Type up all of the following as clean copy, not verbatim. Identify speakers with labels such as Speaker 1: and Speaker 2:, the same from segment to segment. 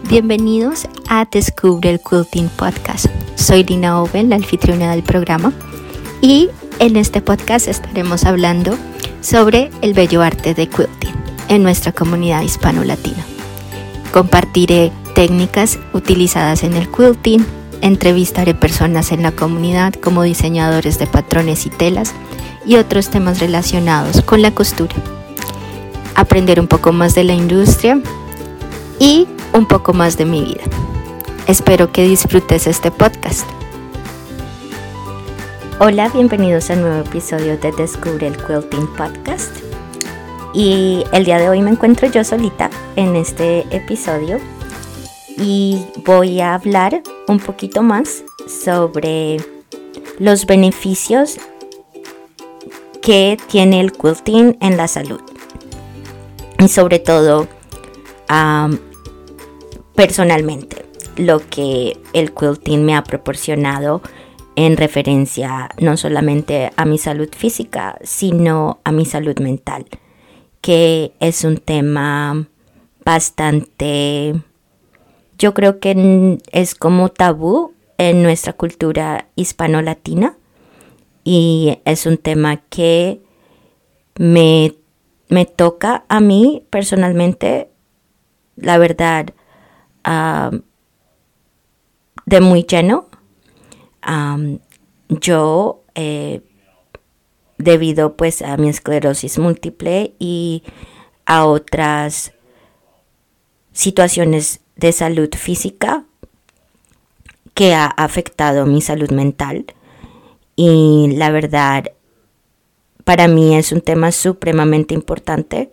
Speaker 1: Bienvenidos a Descubre el Quilting Podcast. Soy Lina Owen, la anfitriona del programa, y en este podcast estaremos hablando sobre el bello arte de quilting en nuestra comunidad hispano-latina. Compartiré técnicas utilizadas en el quilting, entrevistaré personas en la comunidad como diseñadores de patrones y telas y otros temas relacionados con la costura. Aprender un poco más de la industria y un poco más de mi vida. Espero que disfrutes este podcast. Hola, bienvenidos a un nuevo episodio de Descubre el Quilting Podcast. Y el día de hoy me encuentro yo solita en este episodio y voy a hablar un poquito más sobre los beneficios que tiene el quilting en la salud. Y sobre todo, personalmente, lo que el quilting me ha proporcionado en referencia no solamente a mi salud física, sino a mi salud mental, que es un tema bastante, yo creo que es como tabú en nuestra cultura hispano-latina, y es un tema que me toca a mí personalmente, la verdad, de muy lleno. Yo, debido pues a mi esclerosis múltiple y a otras situaciones de salud física que ha afectado mi salud mental, y la verdad para mí es un tema supremamente importante,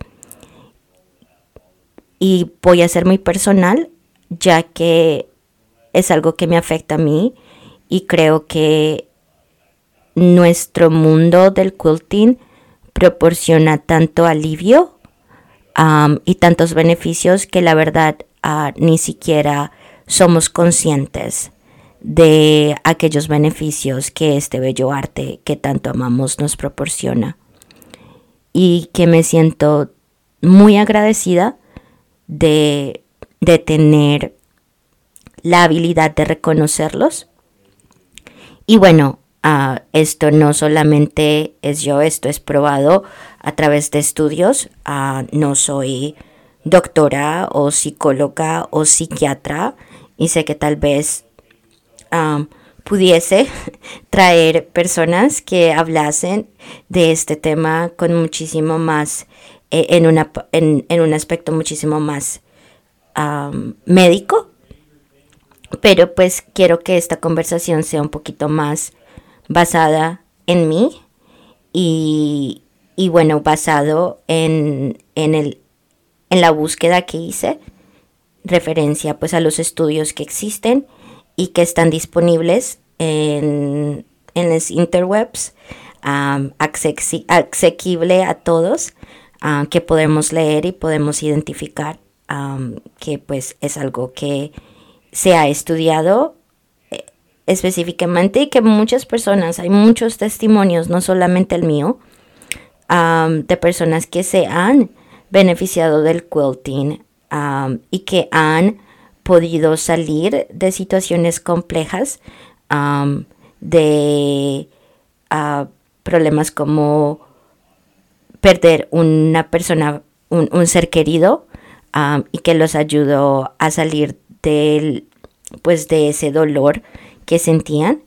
Speaker 1: y voy a ser muy personal, ya que es algo que me afecta a mí, y creo que nuestro mundo del quilting proporciona tanto alivio y tantos beneficios que la verdad ni siquiera somos conscientes de aquellos beneficios que este bello arte que tanto amamos nos proporciona, y que me siento muy agradecida de tener la habilidad de reconocerlos. Y bueno, esto no solamente es yo, esto es probado a través de estudios. No soy doctora o psicóloga o psiquiatra, y sé que tal vez pudiese traer personas que hablasen de este tema con muchísimo más, en un aspecto muchísimo más médico. Pero pues quiero que esta conversación sea un poquito más basada en mí y bueno, basado en la búsqueda que hice, referencia pues a los estudios que existen y que están disponibles en los interwebs, asequible a todos, que podemos leer y podemos identificar, que pues es algo que se ha estudiado específicamente, y que muchas personas, hay muchos testimonios, no solamente el mío, de personas que se han beneficiado del quilting y que han podido salir de situaciones complejas, de problemas como perder una persona, un ser querido, y que los ayudó a salir de ese dolor que sentían,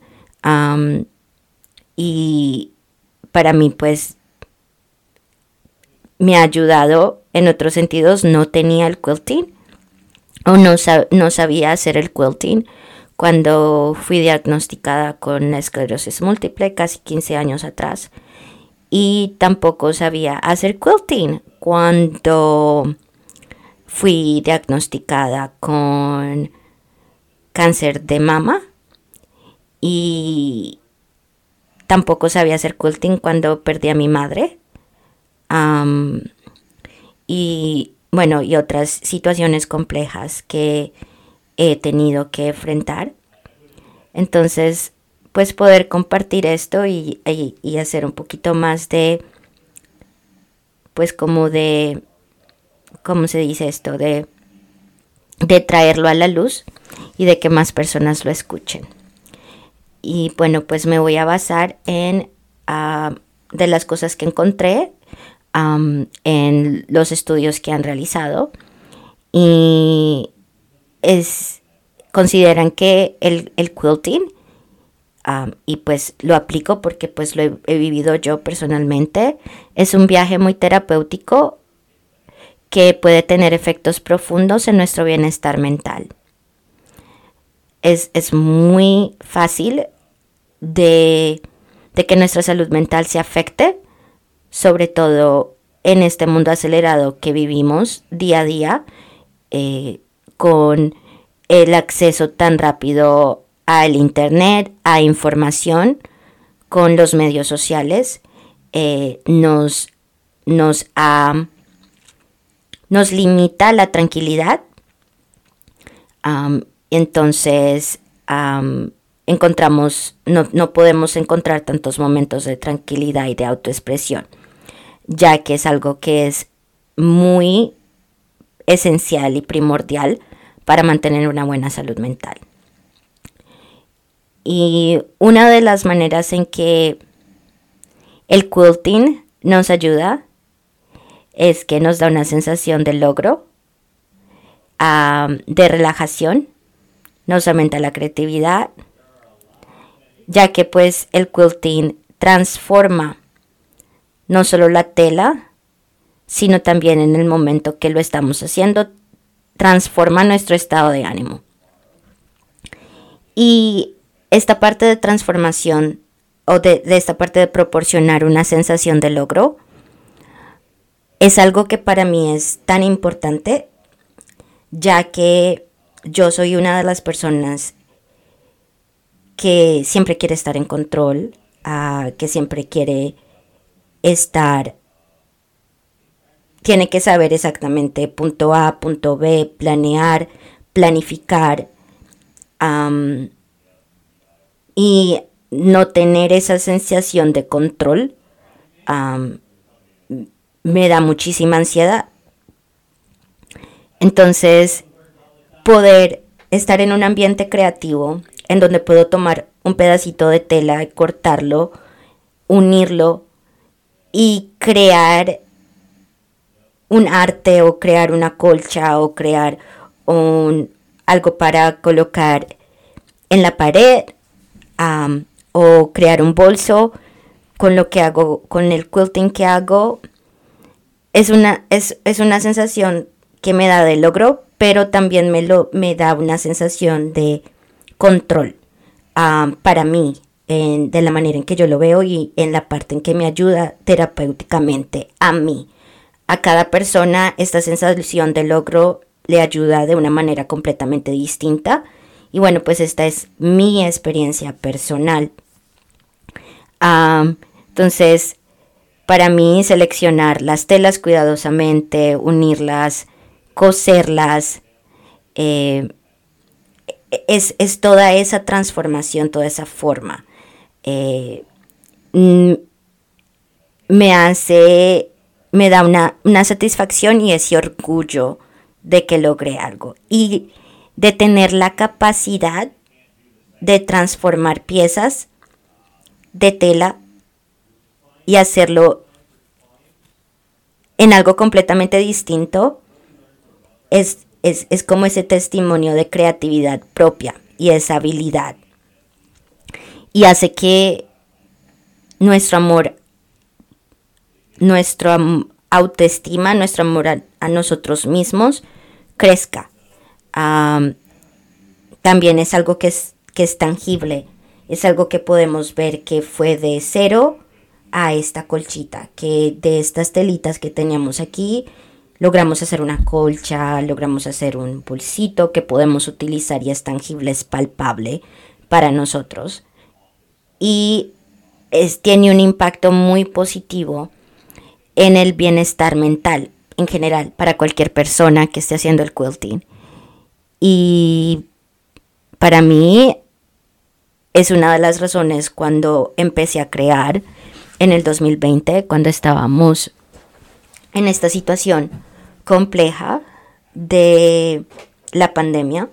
Speaker 1: y para mí pues me ha ayudado en otros sentidos. No tenía el quilting o no sabía hacer el quilting cuando fui diagnosticada con esclerosis múltiple casi 15 años atrás, y tampoco sabía hacer quilting cuando fui diagnosticada con cáncer de mama, y tampoco sabía hacer quilting cuando perdí a mi madre, y bueno, y otras situaciones complejas que he tenido que enfrentar. Entonces, pues poder compartir esto y hacer un poquito más de, pues como de, ¿cómo se dice esto? De de traerlo a la luz y de que más personas lo escuchen. Y bueno, pues me voy a basar en de las cosas que encontré en los estudios que han realizado, y consideran que el quilting, y pues lo aplico porque pues lo he vivido yo personalmente, es un viaje muy terapéutico que puede tener efectos profundos en nuestro bienestar mental. Es muy fácil de que nuestra salud mental se afecte, sobre todo en este mundo acelerado que vivimos día a día, con el acceso tan rápido al internet, a información, con los medios sociales, nos limita la tranquilidad. Entonces no podemos encontrar tantos momentos de tranquilidad y de autoexpresión, ya que es algo que es muy esencial y primordial para mantener una buena salud mental. Y una de las maneras en que el quilting nos ayuda es que nos da una sensación de logro, de relajación, nos aumenta la creatividad, ya que pues el quilting transforma no solo la tela, sino también en el momento que lo estamos haciendo, transforma nuestro estado de ánimo. Y esta parte de transformación, o de esta parte de proporcionar una sensación de logro, es algo que para mí es tan importante, ya que yo soy una de las personas que siempre quiere estar en control, que siempre quiere tiene que saber exactamente punto A, punto B, planear, planificar, y no tener esa sensación de control me da muchísima ansiedad. Entonces, poder estar en un ambiente creativo en donde puedo tomar un pedacito de tela, cortarlo, unirlo y crear un arte, o crear una colcha, o crear algo para colocar en la pared, o crear un bolso con lo que hago, con el quilting que hago, es una sensación que me da de logro, pero también me da una sensación de control para mí, de la manera en que yo lo veo y en la parte en que me ayuda terapéuticamente a mí. A cada persona esta sensación de logro le ayuda de una manera completamente distinta. Y bueno, pues esta es mi experiencia personal. Entonces, para mí seleccionar las telas cuidadosamente, unirlas, coserlas, es toda esa transformación, toda esa forma. Me da una satisfacción y ese orgullo de que logré algo. Y de tener la capacidad de transformar piezas de tela y hacerlo en algo completamente distinto, es como ese testimonio de creatividad propia y esa habilidad. Y hace que nuestro amor, nuestra autoestima, nuestro amor a nosotros mismos crezca. También es algo que es tangible, es algo que podemos ver que fue de cero a esta colchita, que de estas telitas que teníamos aquí logramos hacer una colcha, logramos hacer un bolsito que podemos utilizar y es tangible, es palpable para nosotros, y tiene un impacto muy positivo en el bienestar mental en general para cualquier persona que esté haciendo el quilting. Y para mí es una de las razones cuando empecé a crear en el 2020, cuando estábamos en esta situación compleja de la pandemia,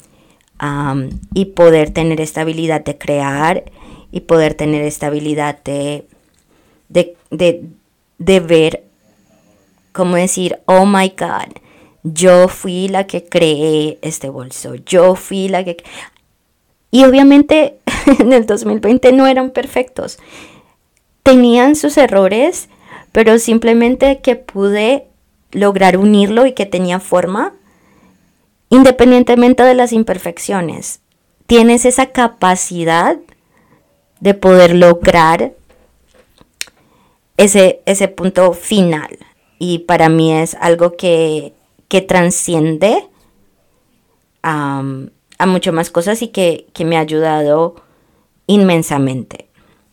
Speaker 1: y poder tener esta habilidad de crear y poder tener esta habilidad de ver, como decir, oh my God, yo fui la que creé este bolso, yo fui la que... Y obviamente en el 2020 no eran perfectos, tenían sus errores, pero simplemente que pude lograr unirlo y que tenía forma, independientemente de las imperfecciones. Tienes esa capacidad de poder lograr ese punto final. Y para mí es algo que transciende a mucho más cosas y que me ha ayudado inmensamente.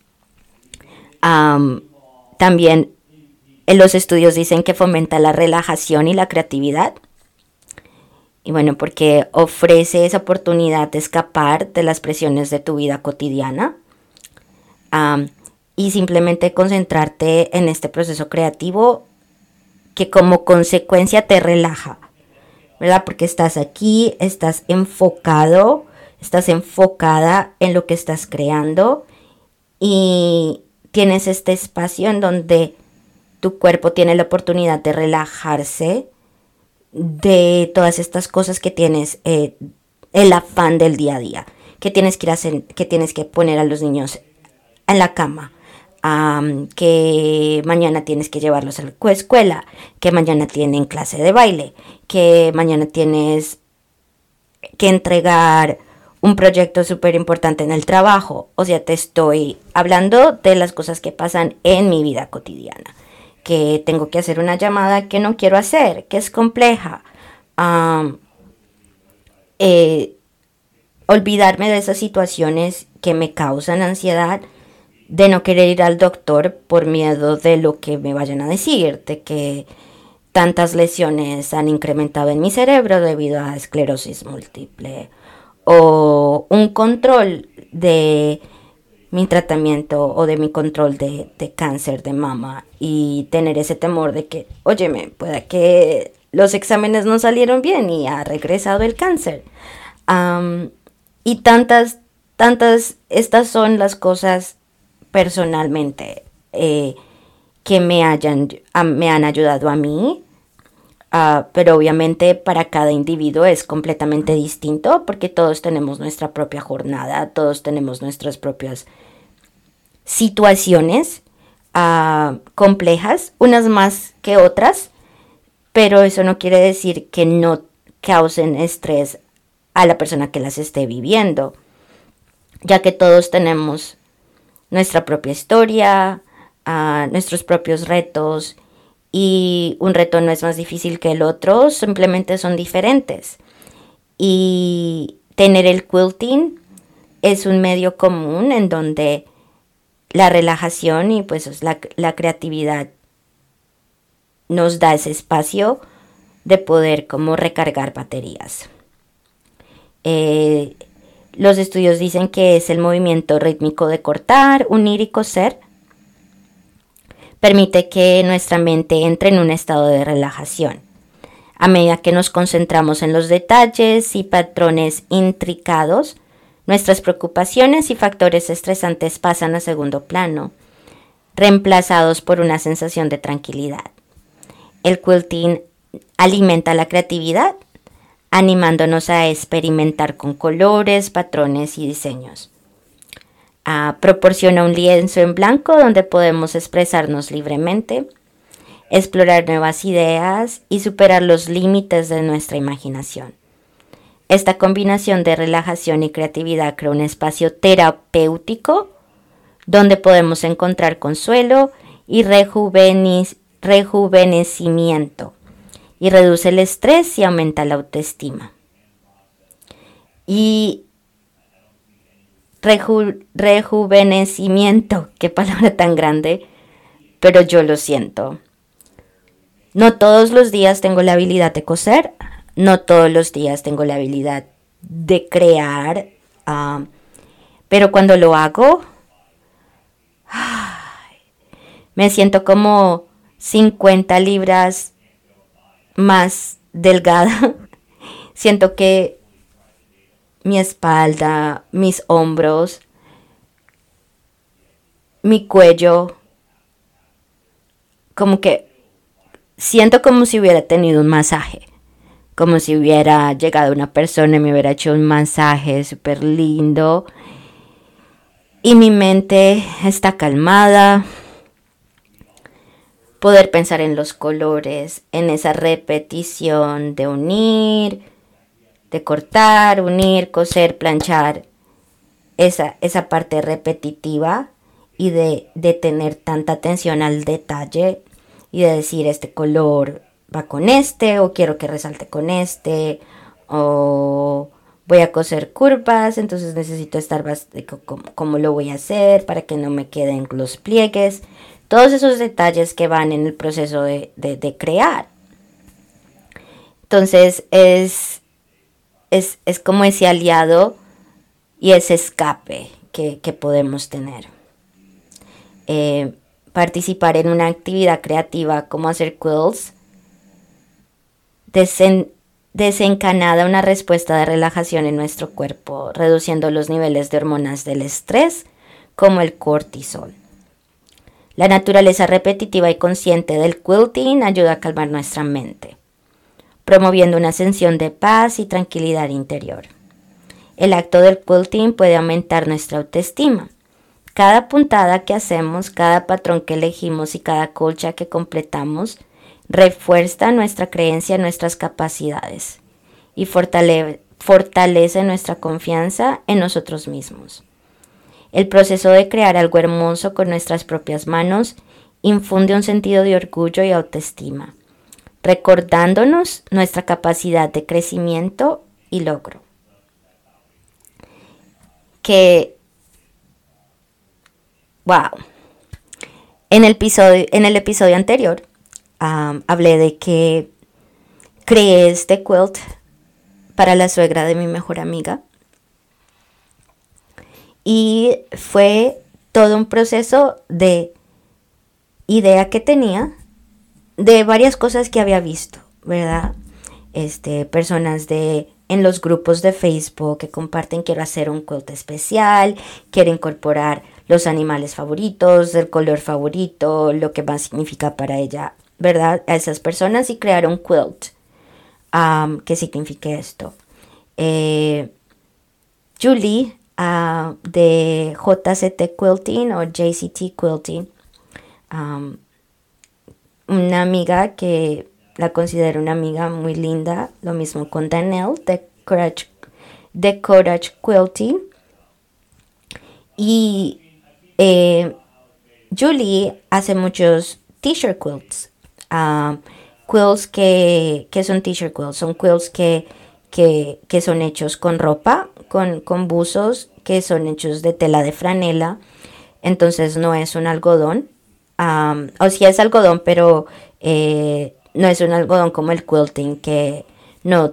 Speaker 1: También los estudios dicen que fomenta la relajación y la creatividad. Y bueno, porque ofrece esa oportunidad de escapar de las presiones de tu vida cotidiana, y simplemente concentrarte en este proceso creativo que como consecuencia te relaja, ¿verdad? Porque estás aquí, estás enfocado, estás enfocada en lo que estás creando y tienes este espacio en donde tu cuerpo tiene la oportunidad de relajarse de todas estas cosas que tienes, el afán del día a día, que tienes que ir a hacer, que tienes que poner a los niños en la cama, que mañana tienes que llevarlos a la escuela, que mañana tienen clase de baile, que mañana tienes que entregar un proyecto súper importante en el trabajo. O sea, te estoy hablando de las cosas que pasan en mi vida cotidiana, que tengo que hacer una llamada que no quiero hacer, que es compleja. Olvidarme de esas situaciones que me causan ansiedad, de no querer ir al doctor por miedo de lo que me vayan a decir, de que tantas lesiones han incrementado en mi cerebro debido a esclerosis múltiple, o un control de mi tratamiento o de mi control de cáncer de mama y tener ese temor de que, óyeme, pueda que los exámenes no salieron bien y ha regresado el cáncer. Y tantas, estas son las cosas personalmente que me han ayudado a mí. Pero obviamente para cada individuo es completamente distinto porque todos tenemos nuestra propia jornada, todos tenemos nuestras propias situaciones complejas, unas más que otras, pero eso no quiere decir que no causen estrés a la persona que las esté viviendo, ya que todos tenemos nuestra propia historia, nuestros propios retos, y un reto no es más difícil que el otro, simplemente son diferentes. Y tener el quilting es un medio común en donde la relajación y pues la creatividad nos da ese espacio de poder como recargar baterías. Los estudios dicen que es el movimiento rítmico de cortar, unir y coser. Permite que nuestra mente entre en un estado de relajación. A medida que nos concentramos en los detalles y patrones intricados, nuestras preocupaciones y factores estresantes pasan a segundo plano, reemplazados por una sensación de tranquilidad. El quilting alimenta la creatividad, animándonos a experimentar con colores, patrones y diseños. Proporciona un lienzo en blanco donde podemos expresarnos libremente, explorar nuevas ideas y superar los límites de nuestra imaginación. Esta combinación de relajación y creatividad crea un espacio terapéutico donde podemos encontrar consuelo y rejuvenecimiento, y reduce el estrés y aumenta la autoestima. Y rejuvenecimiento, qué palabra tan grande, pero yo lo siento. No todos los días tengo la habilidad de coser, no todos los días tengo la habilidad de crear, pero cuando lo hago, me siento como 50 libras más delgada, Siento que mi espalda, mis hombros, mi cuello, como que siento como si hubiera tenido un masaje. Como si hubiera llegado una persona y me hubiera hecho un masaje súper lindo. Y mi mente está calmada. Poder pensar en los colores, en esa repetición de unir, de cortar, unir, coser, planchar. Esa parte repetitiva y de tener tanta atención al detalle y de decir este color va con este o quiero que resalte con este o voy a coser curvas, entonces necesito estar cómo lo voy a hacer para que no me queden los pliegues. Todos esos detalles que van en el proceso de crear. Entonces es como ese aliado y ese escape que podemos tener. Participar en una actividad creativa como hacer quilts desencadenada una respuesta de relajación en nuestro cuerpo, reduciendo los niveles de hormonas del estrés como el cortisol. La naturaleza repetitiva y consciente del quilting ayuda a calmar nuestra mente, promoviendo una sensación de paz y tranquilidad interior. El acto del quilting puede aumentar nuestra autoestima. Cada puntada que hacemos, cada patrón que elegimos y cada colcha que completamos refuerza nuestra creencia en nuestras capacidades y fortalece nuestra confianza en nosotros mismos. El proceso de crear algo hermoso con nuestras propias manos infunde un sentido de orgullo y autoestima, recordándonos nuestra capacidad de crecimiento y logro. Wow. En el episodio anterior hablé de que creé este quilt para la suegra de mi mejor amiga. Y fue todo un proceso de idea que tenía de varias cosas que había visto, ¿verdad? Personas en los grupos de Facebook que comparten quiero hacer un quilt especial, quiero incorporar los animales favoritos, el color favorito, lo que más significa para ella, ¿verdad? A esas personas y crear un quilt que signifique esto. Julie de JCT Quilting o JCT Quilting, una amiga que la considero una amiga muy linda, lo mismo con Danielle de Courage Quilting. Y Julie hace muchos t-shirt quilts. Quilts que son t-shirt quilts, son quilts que son hechos con ropa, con buzos que son hechos de tela de franela. Entonces no es un algodón. O sí es algodón, pero no es un algodón como el quilting que no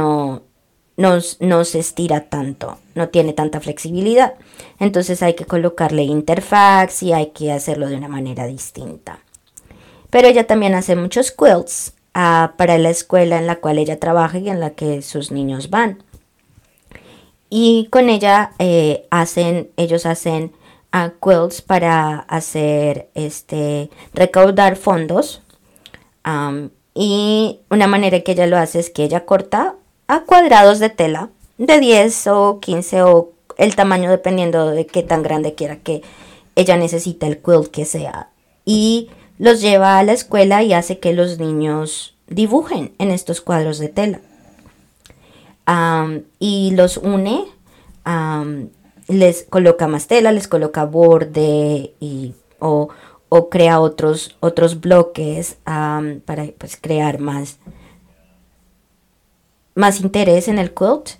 Speaker 1: se estira tanto, no tiene tanta flexibilidad. Entonces hay que colocarle interfax y hay que hacerlo de una manera distinta. Pero ella también hace muchos quilts para la escuela en la cual ella trabaja y en la que sus niños van. Y con ella ellos hacen quilts para hacer recaudar fondos. Y una manera que ella lo hace es que ella corta a cuadrados de tela de 10 o 15 o el tamaño dependiendo de qué tan grande quiera que ella necesita el quilt que sea. Y los lleva a la escuela y hace que los niños dibujen en estos cuadros de tela. Y los une, les coloca más tela, les coloca borde o crea otros bloques para pues, crear más interés en el quilt.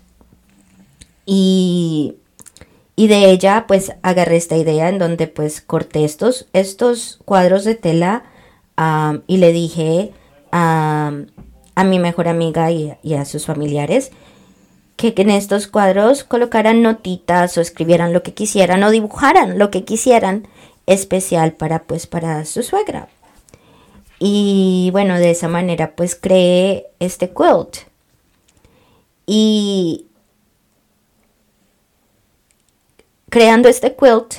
Speaker 1: Y de ella pues agarré esta idea en donde pues corté estos cuadros de tela y le dije a mi mejor amiga y a sus familiares que en estos cuadros colocaran notitas o escribieran lo que quisieran o dibujaran lo que quisieran especial para su suegra. Y bueno, de esa manera pues creé este quilt. Y creando este quilt,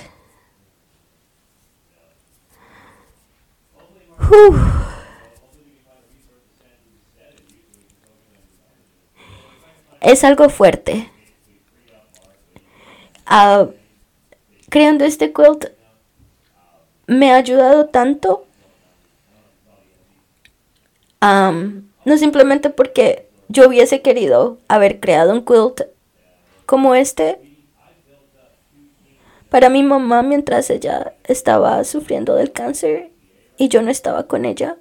Speaker 1: ¡uf! Es algo fuerte. Ah, creando este quilt me ha ayudado tanto. No simplemente porque yo hubiese querido haber creado un quilt como este para mi mamá mientras ella estaba sufriendo del cáncer y yo no estaba con ella.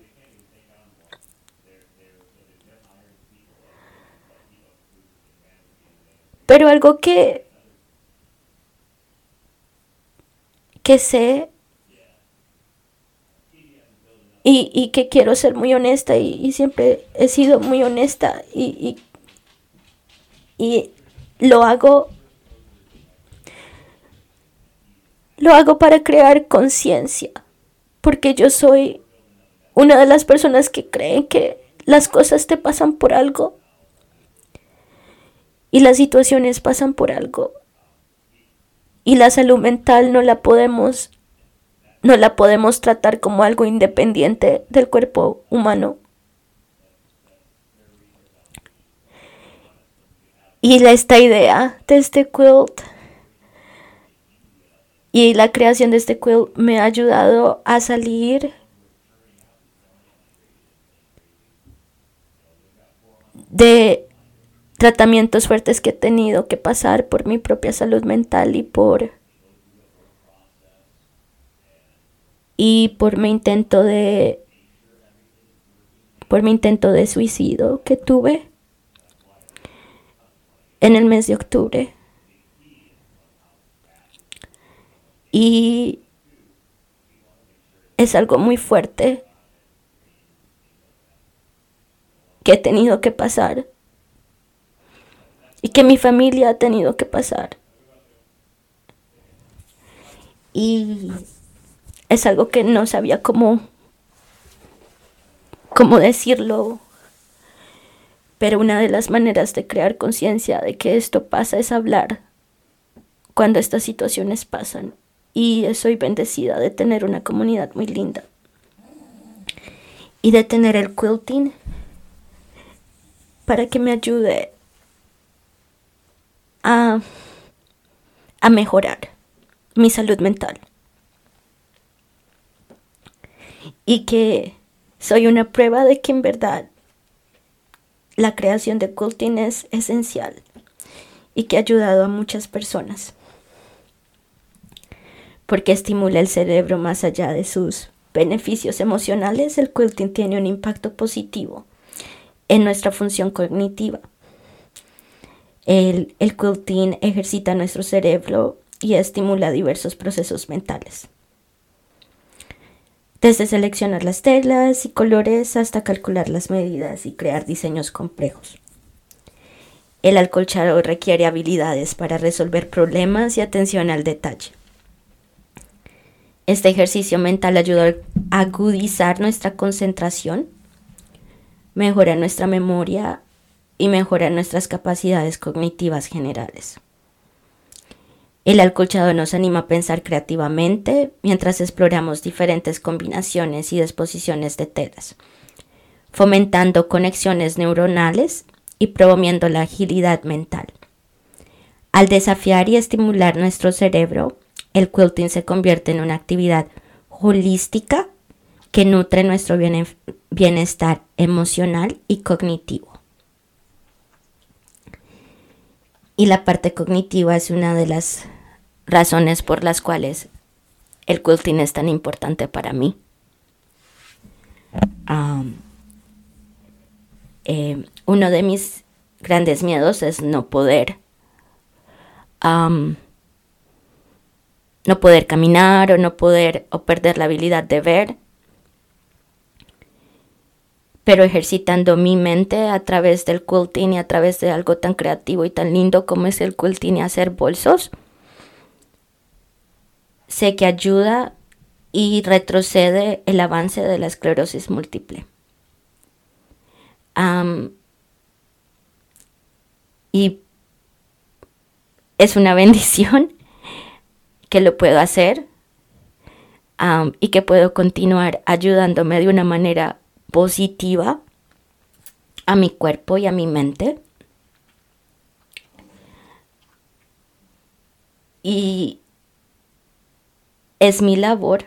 Speaker 1: Pero algo que sé y que quiero ser muy honesta y siempre he sido muy honesta y lo hago, lo hago para crear conciencia, porque yo soy una de las personas que creen que las cosas te pasan por algo y las situaciones pasan por algo y la salud mental no la podemos tratar como algo independiente del cuerpo humano. Y esta idea de este quilt y la creación de este quilt me ha ayudado a salir de tratamientos fuertes que he tenido que pasar por mi propia salud mental y por mi intento de suicidio que tuve en el mes de octubre. Y es algo muy fuerte que he tenido que pasar y que mi familia ha tenido que pasar. Y es algo que no sabía cómo decirlo, pero una de las maneras de crear conciencia de que esto pasa es hablar cuando estas situaciones pasan. Y soy bendecida de tener una comunidad muy linda y de tener el quilting para que me ayude a, a mejorar mi salud mental. Y que soy una prueba de que en verdad la creación de quilting es esencial y que ha ayudado a muchas personas. Porque estimula el cerebro más allá de sus beneficios emocionales. El quilting tiene un impacto positivo en nuestra función cognitiva. El quilting ejercita nuestro cerebro y estimula diversos procesos mentales. Desde seleccionar las telas y colores hasta calcular las medidas y crear diseños complejos. El acolchado requiere habilidades para resolver problemas y atención al detalle. Este ejercicio mental ayuda a agudizar nuestra concentración, mejora nuestra memoria y mejora nuestras capacidades cognitivas generales. El acolchado nos anima a pensar creativamente mientras exploramos diferentes combinaciones y disposiciones de telas, fomentando conexiones neuronales y promoviendo la agilidad mental. Al desafiar y estimular nuestro cerebro, el quilting se convierte en una actividad holística que nutre nuestro bienestar emocional y cognitivo. Y la parte cognitiva es una de las razones por las cuales el quilting es tan importante para mí. Uno de mis grandes miedos es no poder caminar o perder la habilidad de ver. Pero ejercitando mi mente a través del quilting y a través de algo tan creativo y tan lindo como es el quilting y hacer bolsos, sé que ayuda y retrocede el avance de la esclerosis múltiple. Y es una bendición que lo puedo hacer, y que puedo continuar ayudándome de una manera positiva a mi cuerpo y a mi mente. Y es mi labor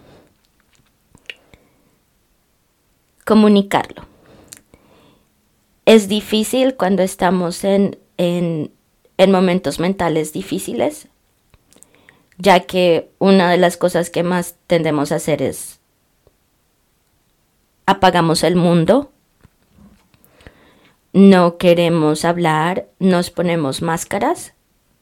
Speaker 1: comunicarlo. Es difícil cuando estamos en momentos mentales difíciles, ya que una de las cosas que más tendemos a hacer es apagamos el mundo, no queremos hablar, nos ponemos máscaras,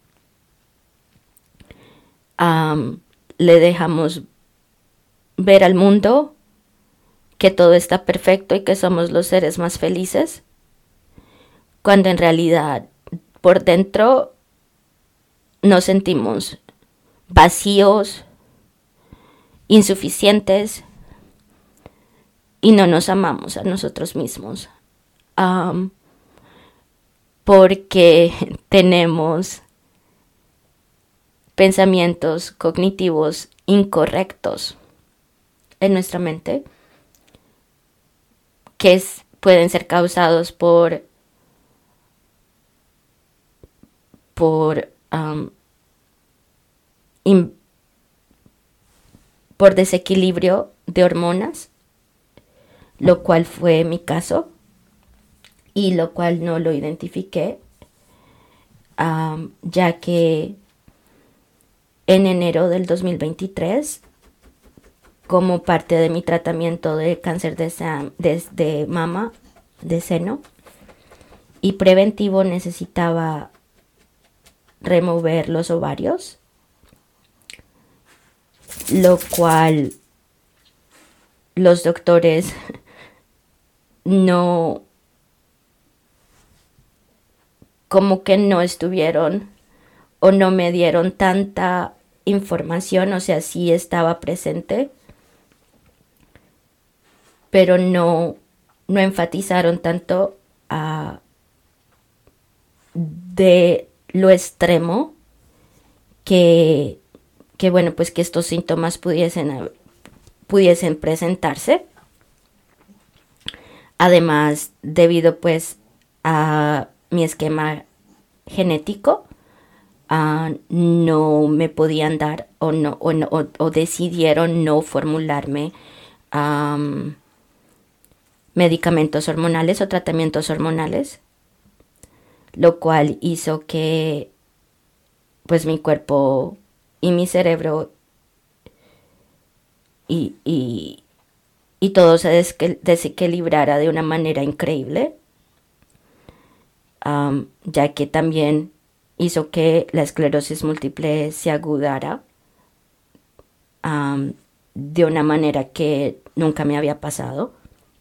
Speaker 1: le dejamos ver al mundo que todo está perfecto y que somos los seres más felices, cuando en realidad por dentro nos sentimos vacíos, insuficientes y no nos amamos a nosotros mismos, porque tenemos pensamientos cognitivos incorrectos en nuestra mente que pueden ser causados por desequilibrio de hormonas, lo cual fue mi caso y lo cual no lo identifiqué, ya que en enero del 2023, como parte de mi tratamiento de cáncer de mama, de seno y preventivo, necesitaba remover los ovarios, lo cual los doctores no, como que no estuvieron o no me dieron tanta información, o sea, sí estaba presente, pero no enfatizaron tanto de lo extremo que bueno, pues que estos síntomas pudiesen presentarse. Además, debido pues a mi esquema genético, no me podían dar o decidieron no formularme medicamentos hormonales o tratamientos hormonales, lo cual hizo que pues mi cuerpo y mi cerebro y todo se desequilibrara de una manera increíble, ya que también hizo que la esclerosis múltiple se agudara de una manera que nunca me había pasado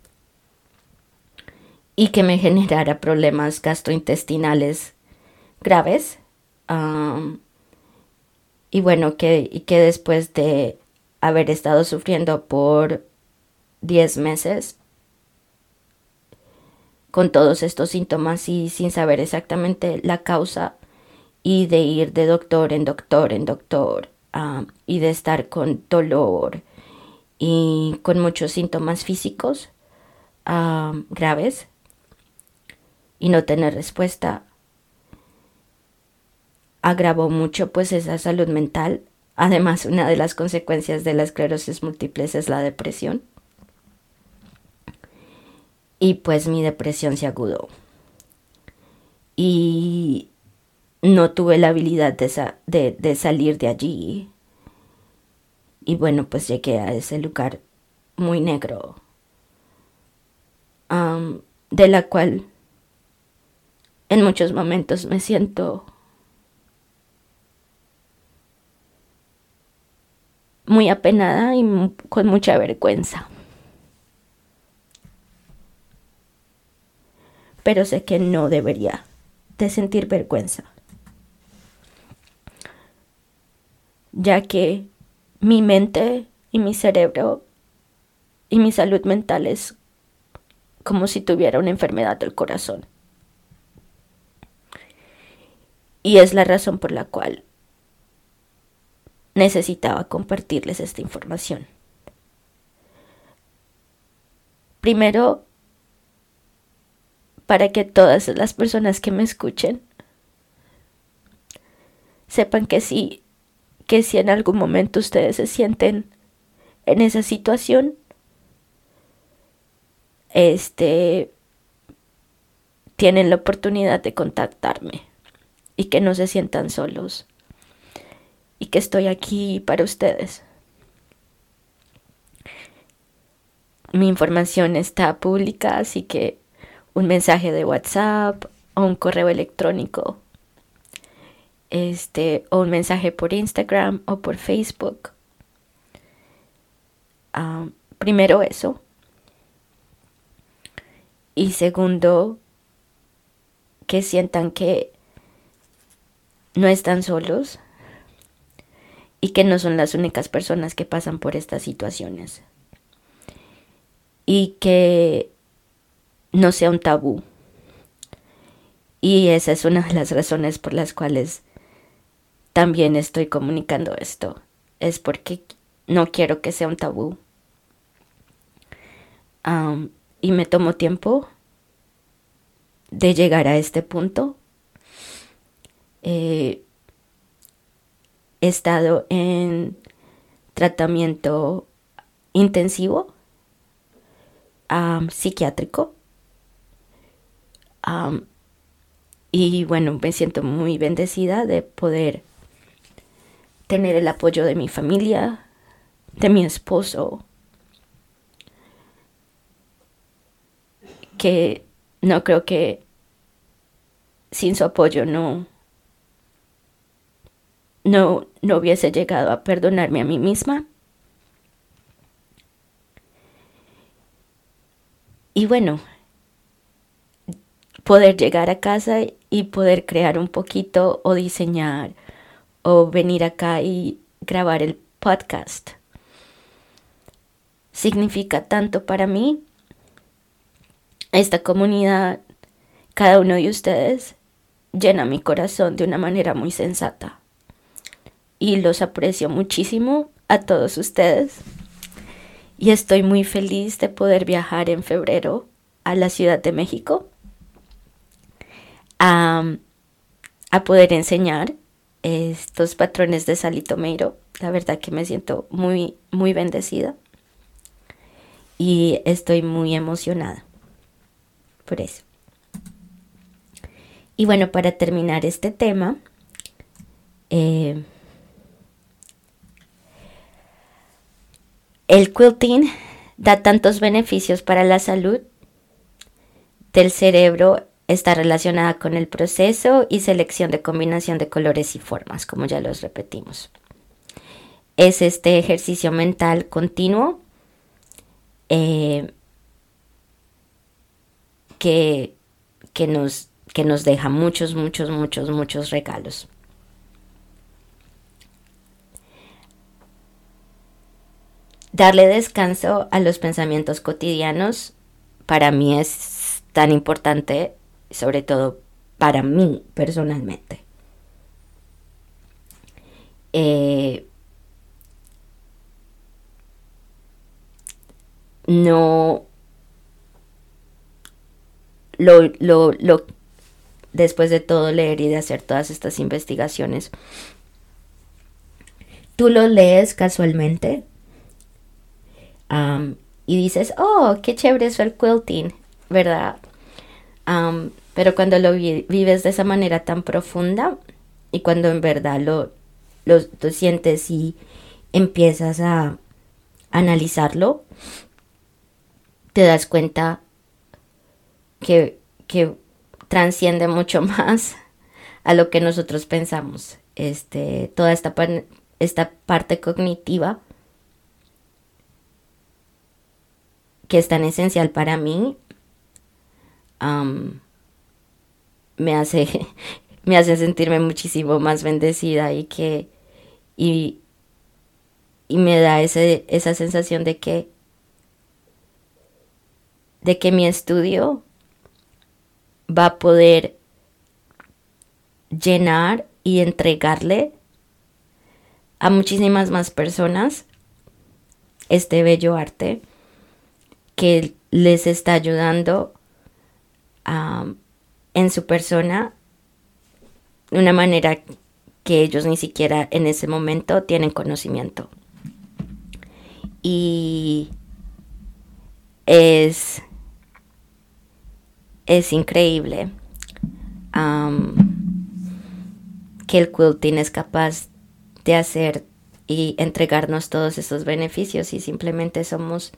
Speaker 1: y que me generara problemas gastrointestinales graves. Y bueno, que después de haber estado sufriendo por 10 meses con todos estos síntomas y sin saber exactamente la causa, y de ir de doctor en doctor en doctor, y de estar con dolor y con muchos síntomas físicos graves y no tener respuesta, agravó mucho pues esa salud mental. Además, una de las consecuencias de la esclerosis múltiple es la depresión. Y pues mi depresión se agudó. Y no tuve la habilidad de salir de allí. Y bueno, pues llegué a ese lugar muy negro, de la cual en muchos momentos me siento muy apenada y con mucha vergüenza. Pero sé que no debería de sentir vergüenza, ya que mi mente y mi cerebro y mi salud mental es como si tuviera una enfermedad del corazón. Y es la razón por la cual necesitaba compartirles esta información. Primero, para que todas las personas que me escuchen sepan que si en algún momento ustedes se sienten en esa situación, tienen la oportunidad de contactarme y que no se sientan solos y que estoy aquí para ustedes. Mi información está pública, así que un mensaje de WhatsApp o un correo electrónico, o un mensaje por Instagram o por Facebook. Primero eso. Y segundo, que sientan que no están solos y que no son las únicas personas que pasan por estas situaciones. Y que no sea un tabú. Y esa es una de las razones por las cuales también estoy comunicando esto. Es porque no quiero que sea un tabú. Y me tomo tiempo de llegar a este punto. He estado en tratamiento intensivo psiquiátrico. Y bueno, me siento muy bendecida de poder tener el apoyo de mi familia, de mi esposo, que no creo que sin su apoyo no hubiese llegado a perdonarme a mí misma. Y bueno, poder llegar a casa y poder crear un poquito o diseñar o venir acá y grabar el podcast significa tanto para mí. Esta comunidad, cada uno de ustedes, llena mi corazón de una manera muy sensata. Y los aprecio muchísimo a todos ustedes. Y estoy muy feliz de poder viajar en febrero a la Ciudad de México a poder enseñar estos patrones de Salitomeiro. La verdad que me siento muy, muy bendecida. Y estoy muy emocionada por eso. Y bueno, para terminar este tema, el quilting da tantos beneficios para la salud del cerebro. Está relacionada con el proceso y selección de combinación de colores y formas, como ya los repetimos. Es este ejercicio mental continuo que nos deja muchos regalos. Darle descanso a los pensamientos cotidianos para mí es tan importante, sobre todo para mí personalmente. No después de todo leer y de hacer todas estas investigaciones, tú lo lees casualmente y dices, oh, qué chévere es el quilting, ¿verdad? Pero cuando lo vives de esa manera tan profunda y cuando en verdad lo sientes y empiezas a analizarlo, te das cuenta que transciende mucho más a lo que nosotros pensamos. Toda esta parte cognitiva que es tan esencial para mí, me hace sentirme muchísimo más bendecida y me da esa sensación de que mi estudio va a poder llenar y entregarle a muchísimas más personas este bello arte que les está ayudando en su persona de una manera que ellos ni siquiera en ese momento tienen conocimiento. Y es increíble que el quilting es capaz de hacer y entregarnos todos esos beneficios, y simplemente somos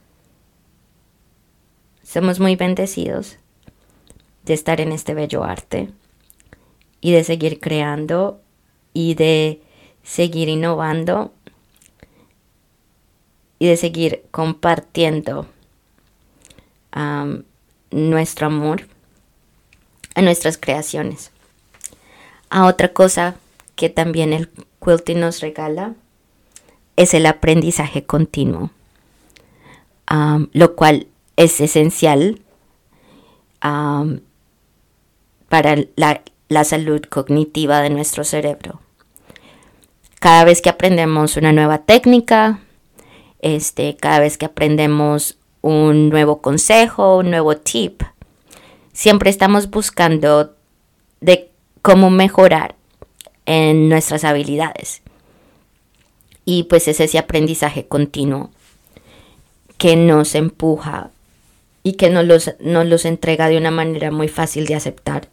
Speaker 1: muy bendecidos de estar en este bello arte y de seguir creando y de seguir innovando y de seguir compartiendo nuestro amor a nuestras creaciones. A otra cosa que también el quilting nos regala es el aprendizaje continuo, lo cual es esencial para la salud cognitiva de nuestro cerebro. Cada vez que aprendemos una nueva técnica, cada vez que aprendemos un nuevo consejo, un nuevo tip, siempre estamos buscando de cómo mejorar en nuestras habilidades. Y pues es ese aprendizaje continuo que nos empuja y que nos los entrega de una manera muy fácil de aceptar,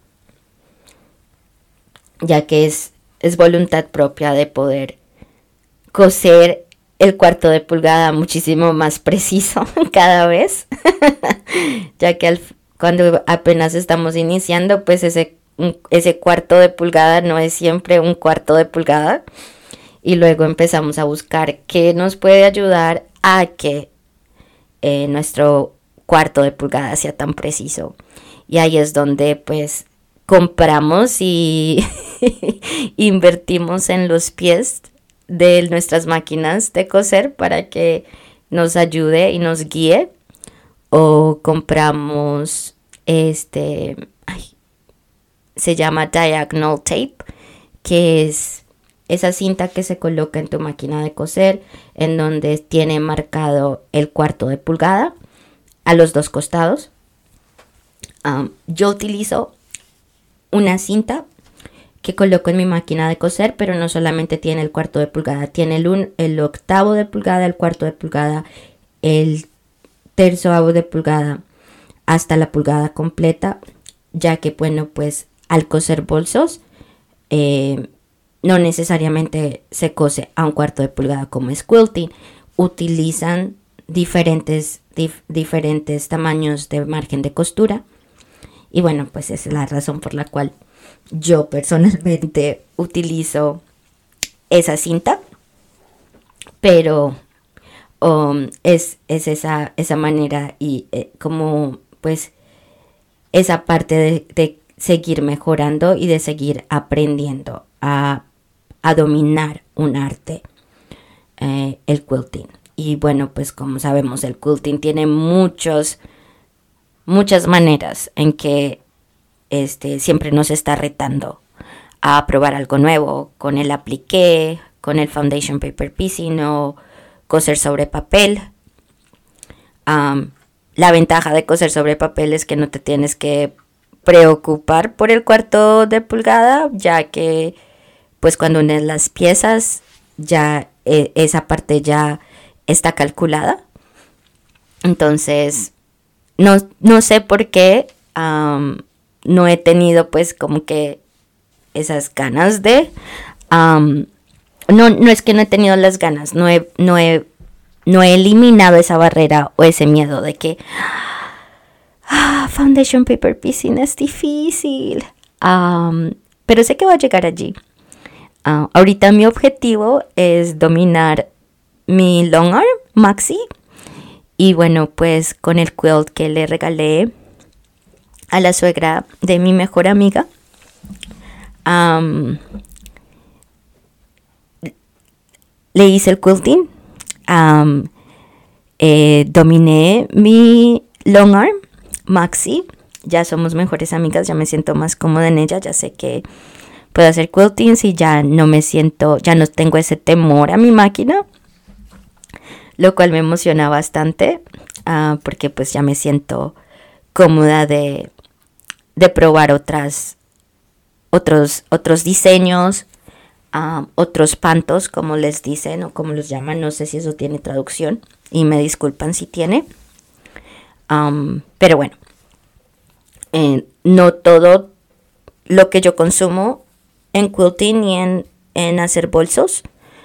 Speaker 1: ya que es voluntad propia de poder coser el 1/4 de pulgada muchísimo más preciso cada vez, ya que cuando apenas estamos iniciando, pues ese 1/4 de pulgada no es siempre un 1/4 de pulgada, y luego empezamos a buscar qué nos puede ayudar a que nuestro 1/4 de pulgada sea tan preciso, y ahí es donde pues compramos y invertimos en los pies de nuestras máquinas de coser para que nos ayude y nos guíe, o compramos se llama diagonal tape, que es esa cinta que se coloca en tu máquina de coser, en donde tiene marcado el 1/4 de pulgada a los 2 costados. Yo utilizo una cinta que coloco en mi máquina de coser, pero no solamente tiene el 1/4 de pulgada, tiene el 1/8 de pulgada, el 1/4 de pulgada, el 1/3 de pulgada, hasta la pulgada completa, ya que bueno, pues al coser bolsos no necesariamente se cose a un 1/4 de pulgada como es quilting. Utilizan diferentes tamaños de margen de costura, y bueno, pues esa es la razón por la cual yo personalmente utilizo esa cinta, pero es esa manera y como pues esa parte de seguir mejorando y de seguir aprendiendo a dominar un arte, el quilting. Y bueno, pues como sabemos, el quilting tiene muchas maneras en que siempre nos está retando a probar algo nuevo, con el appliqué, con el foundation paper piecing o coser sobre papel. La ventaja de coser sobre papel es que no te tienes que preocupar por el 1/4 de pulgada, ya que pues cuando unes las piezas ya esa parte ya está calculada. Entonces no sé por qué no he tenido pues como que esas ganas de no es que no he tenido las ganas, no he eliminado esa barrera o ese miedo de que foundation paper piecing es difícil, pero sé que va a llegar allí. Ahorita mi objetivo es dominar mi long arm maxi, y bueno, pues con el quilt que le regalé a la suegra de mi mejor amiga, le hice el quilting, dominé mi long arm maxi, ya somos mejores amigas, ya me siento más cómoda en ella, ya sé que puedo hacer quilting si ya no tengo ese temor a mi máquina, lo cual me emociona bastante, porque pues ya me siento cómoda de probar otros diseños, otros pantos, como les dicen o como los llaman. No sé si eso tiene traducción y me disculpan si tiene. Pero bueno, no todo lo que yo consumo en quilting y en hacer bolsos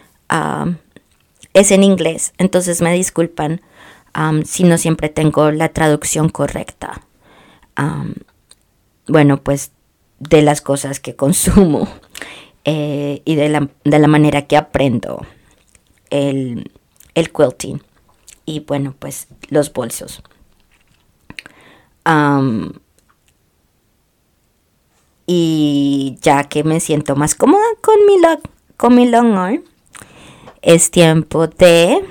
Speaker 1: es en inglés. Entonces me disculpan si no siempre tengo la traducción correcta. Bueno, pues de las cosas que consumo y de la manera que aprendo el quilting y bueno, pues los bolsos. Y ya que me siento más cómoda con mi long arm, es tiempo de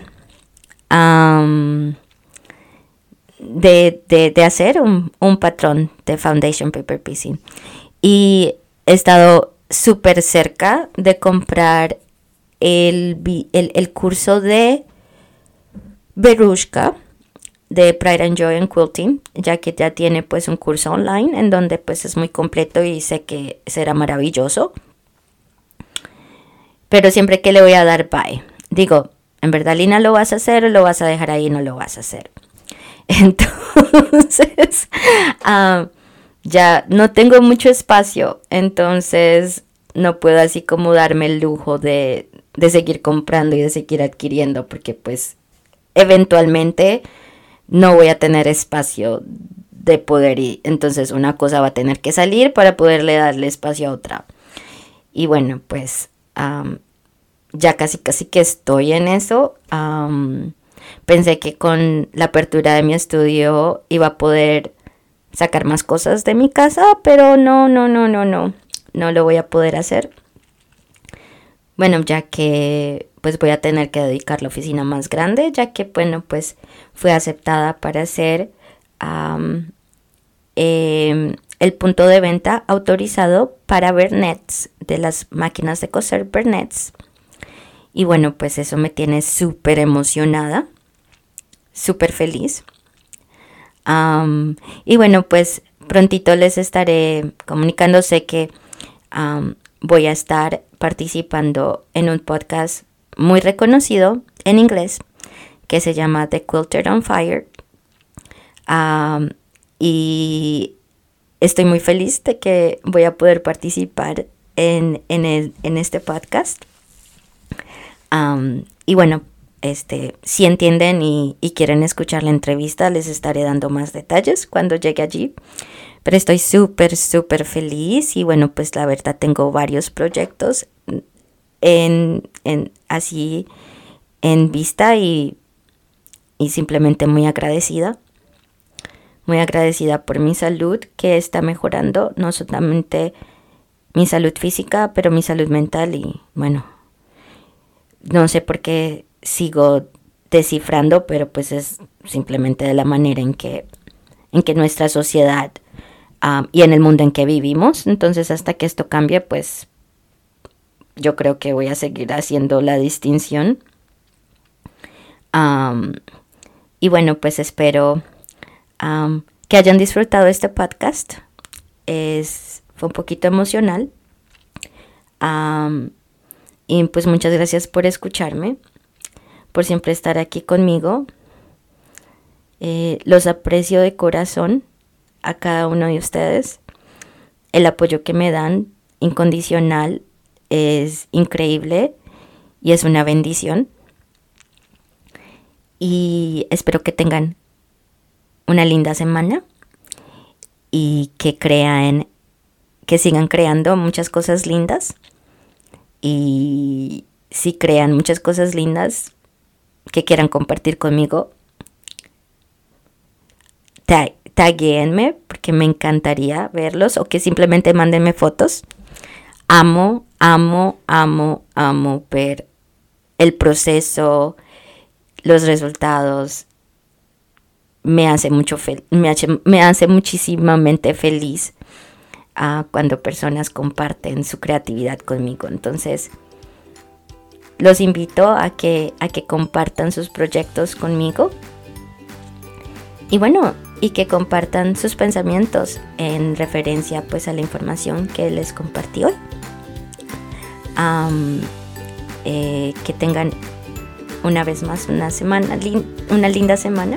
Speaker 1: hacer un patrón de foundation paper piecing. Y he estado súper cerca de comprar el curso de Verushka de Pride and Joy en Quilting, ya que ya tiene pues un curso online en donde pues es muy completo y sé que será maravilloso. Pero siempre que le voy a dar bye, digo, en verdad, Lina, ¿lo vas a hacer o lo vas a dejar ahí? No lo vas a hacer. Entonces, ya no tengo mucho espacio, entonces no puedo así como darme el lujo de seguir comprando y de seguir adquiriendo, porque pues eventualmente no voy a tener espacio de poder ir. Entonces una cosa va a tener que salir para poderle darle espacio a otra. Y bueno, pues ya casi que estoy en eso. Pensé que con la apertura de mi estudio iba a poder sacar más cosas de mi casa, pero no lo voy a poder hacer. Bueno, ya que pues voy a tener que dedicar la oficina más grande, ya que bueno, pues fue aceptada para hacer el punto de venta autorizado para Bernets, de las máquinas de coser Bernets. Y bueno, pues eso me tiene súper emocionada, súper feliz. Y bueno, pues prontito les estaré comunicando. Sé que voy a estar participando en un podcast muy reconocido en inglés que se llama The Quilter on Fire. Y estoy muy feliz de que voy a poder participar en este podcast. Y bueno, si entienden y quieren escuchar la entrevista, les estaré dando más detalles cuando llegue allí. Pero estoy súper feliz y bueno, pues la verdad tengo varios proyectos así en vista y simplemente muy agradecida. Muy agradecida por mi salud, que está mejorando, no solamente mi salud física, pero mi salud mental. Y bueno, no sé por qué sigo descifrando, pero pues es simplemente de la manera en que nuestra sociedad y en el mundo en que vivimos. Entonces hasta que esto cambie, pues yo creo que voy a seguir haciendo la distinción. Y bueno, pues espero que hayan disfrutado este podcast. Fue un poquito emocional. Y pues muchas gracias por escucharme, por siempre estar aquí conmigo. Los aprecio de corazón a cada uno de ustedes. El apoyo que me dan incondicional es increíble y es una bendición. Y espero que tengan una linda semana y que sigan creando muchas cosas lindas. Y si crean muchas cosas lindas que quieran compartir conmigo, taguéenme, porque me encantaría verlos, o que simplemente mándenme fotos. Amo ver el proceso, los resultados. Me hace muchísimamente feliz cuando personas comparten su creatividad conmigo. Entonces, los invito a que compartan sus proyectos conmigo. Y bueno, y que compartan sus pensamientos en referencia pues a la información que les compartí hoy. Que tengan una vez más una linda semana.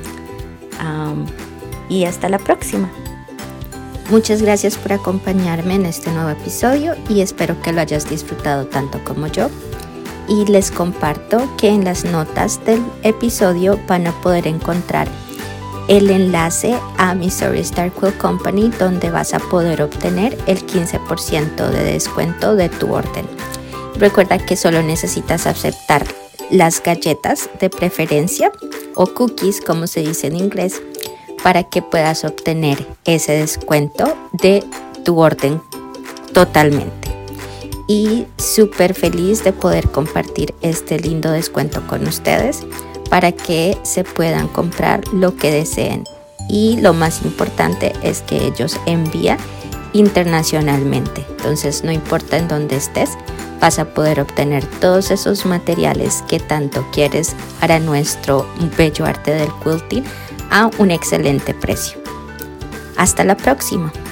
Speaker 1: Y hasta la próxima. Muchas gracias por acompañarme en este nuevo episodio y espero que lo hayas disfrutado tanto como yo. Y les comparto que en las notas del episodio van a poder encontrar el enlace a Missouri Star Quilt Company, donde vas a poder obtener el 15% de descuento de tu orden. Recuerda que solo necesitas aceptar las galletas de preferencia o cookies, como se dice en inglés, para que puedas obtener ese descuento de tu orden totalmente. Y súper feliz de poder compartir este lindo descuento con ustedes para que se puedan comprar lo que deseen. Y lo más importante es que ellos envían internacionalmente. Entonces, no importa en dónde estés, vas a poder obtener todos esos materiales que tanto quieres para nuestro bello arte del quilting a un excelente precio. Hasta la próxima.